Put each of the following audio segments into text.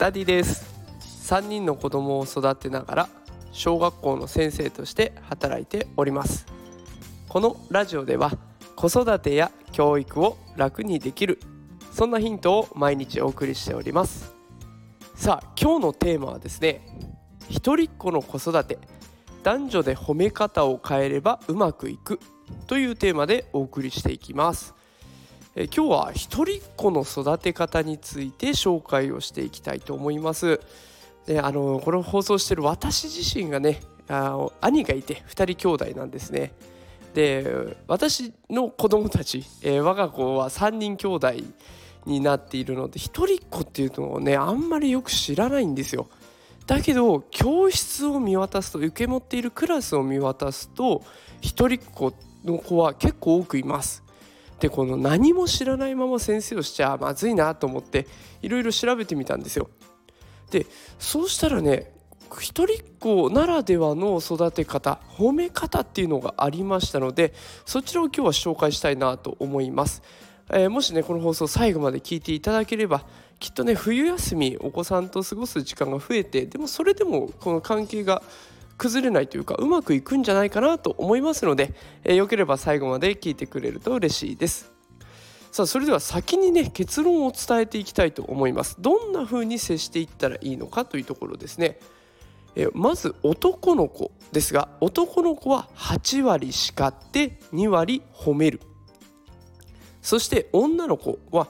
ダディです。3人の子供を育てながら小学校の先生として働いております。このラジオでは子育てや教育を楽にできる、そんなヒントを毎日お送りしております。さあ、今日のテーマはですね、一人っ子の子育て、男女で褒め方を変えればうまくいくというテーマでお送りしていきます。今日は一人っ子の育て方について紹介をしていきたいと思います。で、これを放送している私自身がね、兄がいて2人兄弟なんですね。で、私の子供たち、我が子は3人兄弟になっているので、一人っ子っていうのをね、あんまりよく知らないんですよ。だけど教室を見渡すと、受け持っているクラスを見渡すと、一人っ子の子は結構多くいます。で、この何も知らないまま先生をしちゃまずいなと思っていろいろ調べてみたんですよ。で、そうしたらね、一人っ子ならではの育て方、褒め方っていうのがありましたので、そちらを今日は紹介したいなと思います。もしね、この放送最後まで聞いていただければ、きっとね、冬休みお子さんと過ごす時間が増えて、でもそれでもこの関係が崩れないというか、うまくいくんじゃないかなと思いますので、よければ最後まで聞いてくれると嬉しいです。さあ、それでは先にね、結論を伝えていきたいと思います。どんな風に接していったらいいのかというところですね。まず男の子ですが、男の子は8割叱って2割褒める。そして女の子は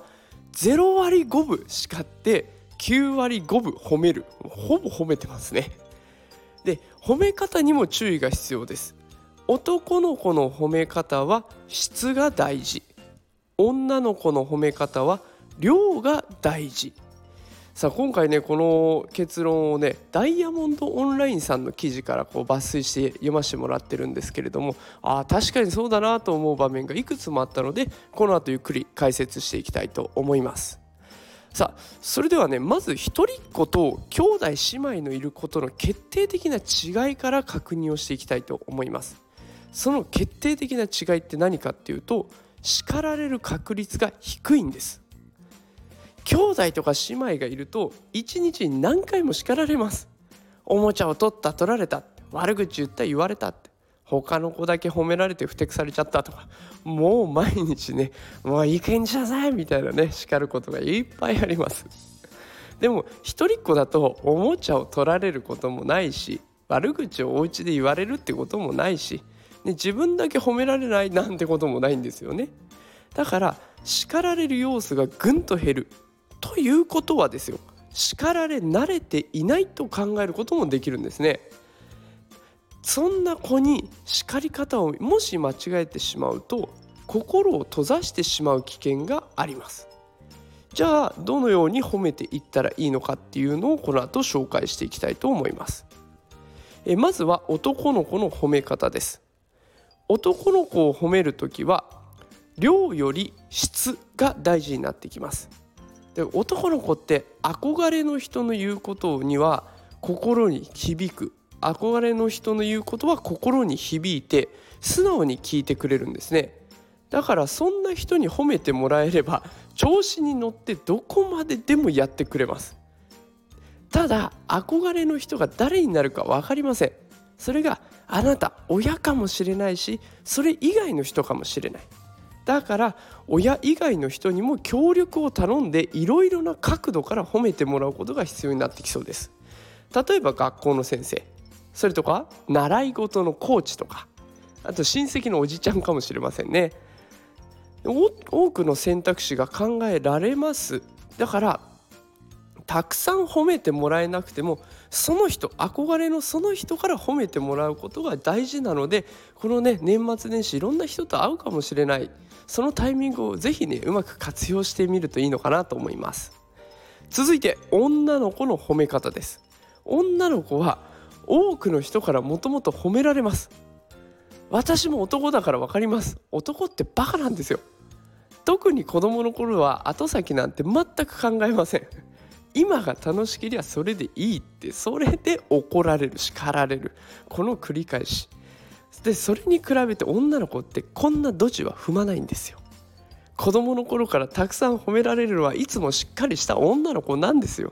0割5分叱って9割5分褒める。ほぼ褒めてますね。で、褒め方にも注意が必要です。男の子の褒め方は質が大事、女の子の褒め方は量が大事。さあ、今回ね、この結論をね、ダイヤモンドオンラインさんの記事から抜粋して読ませてもらってるんですけれども、確かにそうだなと思う場面がいくつもあったので、この後ゆっくり解説していきたいと思います。さあ、それではね、まず一人っ子と兄弟姉妹のいることの決定的な違いから確認をしていきたいと思います。その決定的な違いって何かっていうと、叱られる確率が低いんです。兄弟とか姉妹がいると1日に何回も叱られます。おもちゃを取った取られた、悪口言った言われたって、他の子だけ褒められてふてくされちゃったとか、もう毎日ね、もういい加減にしなさいみたいなね、叱ることがいっぱいあります。でも一人っ子だとおもちゃを取られることもないし、悪口をお家で言われるってこともないし、自分だけ褒められないなんてこともないんですよね。だから叱られる要素がぐんと減るということはですよ、叱られ慣れていないと考えることもできるんですね。そんな子に叱り方をもし間違えてしまうと、心を閉ざしてしまう危険があります。じゃあ、どのように褒めていったらいいのかっていうのをこの後紹介していきたいと思います。まずは男の子の褒め方です。男の子を褒めるときは量より質が大事になってきます。で、男の子って憧れの人の言うことには心に響く、憧れの人の言うことは心に響いて素直に聞いてくれるんですね。だからそんな人に褒めてもらえれば調子に乗ってどこまででもやってくれます。ただ憧れの人が誰になるか分かりません。それがあなた親かもしれないし、それ以外の人かもしれない。だから親以外の人にも協力を頼んで、いろいろな角度から褒めてもらうことが必要になってきそうです。例えば学校の先生、それとか習い事のコーチとか、あと親戚のおじちゃんかもしれませんね。多くの選択肢が考えられます。だからたくさん褒めてもらえなくても、その人、憧れのその人から褒めてもらうことが大事なので、このね、年末年始いろんな人と会うかもしれない、そのタイミングをぜひね、うまく活用してみるといいのかなと思います。続いて女の子の褒め方です。女の子は多くの人からもともと褒められます。私も男だから分かります。男ってバカなんですよ。特に子供の頃は後先なんて全く考えません。今が楽しければそれでいいって、それで怒られる、叱られる、この繰り返しで、それに比べて女の子ってこんなドジは踏まないんですよ。子供の頃からたくさん褒められるのはいつもしっかりした女の子なんですよ。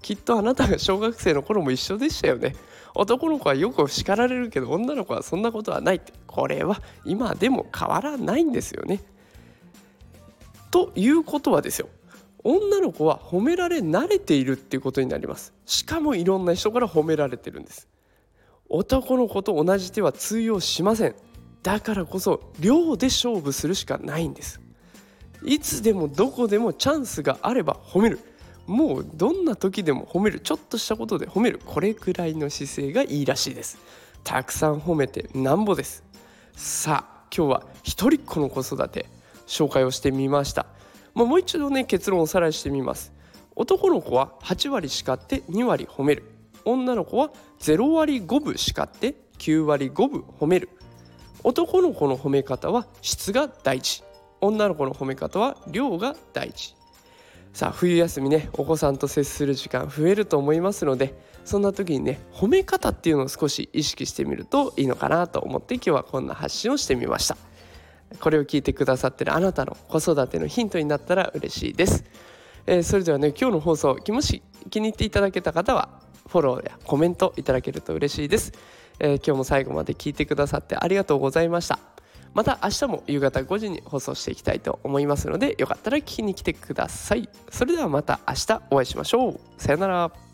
きっとあなたが小学生の頃も一緒でしたよね。男の子はよく叱られるけど女の子はそんなことはないって、これは今でも変わらないんですよね。ということはですよ、女の子は褒められ慣れているっていうことになります。しかもいろんな人から褒められてるんです。男の子と同じ手は通用しません。だからこそ量で勝負するしかないんです。いつでもどこでもチャンスがあれば褒める。もうどんな時でも褒める。ちょっとしたことで褒める。これくらいの姿勢がいいらしいです。たくさん褒めてなんぼです。さあ今日は一人っ子の子育て紹介をしてみました。もう一度ね結論をおさらいしてみます。男の子は8割叱って2割褒める。女の子は0割5分叱って9割5分褒める。男の子の褒め方は質が大事、女の子の褒め方は量が大事。さあ冬休みね、お子さんと接する時間増えると思いますので、そんな時にね褒め方っていうのを少し意識してみるといいのかなと思って今日はこんな発信をしてみました。これを聞いてくださってるあなたの子育てのヒントになったら嬉しいです。それではね、今日の放送もし気に入っていただけた方はフォローやコメントいただけると嬉しいです。今日も最後まで聞いてくださってありがとうございました。また明日も夕方5時に放送していきたいと思いますので、よかったら聞きに来てください。それではまた明日お会いしましょう。さよなら。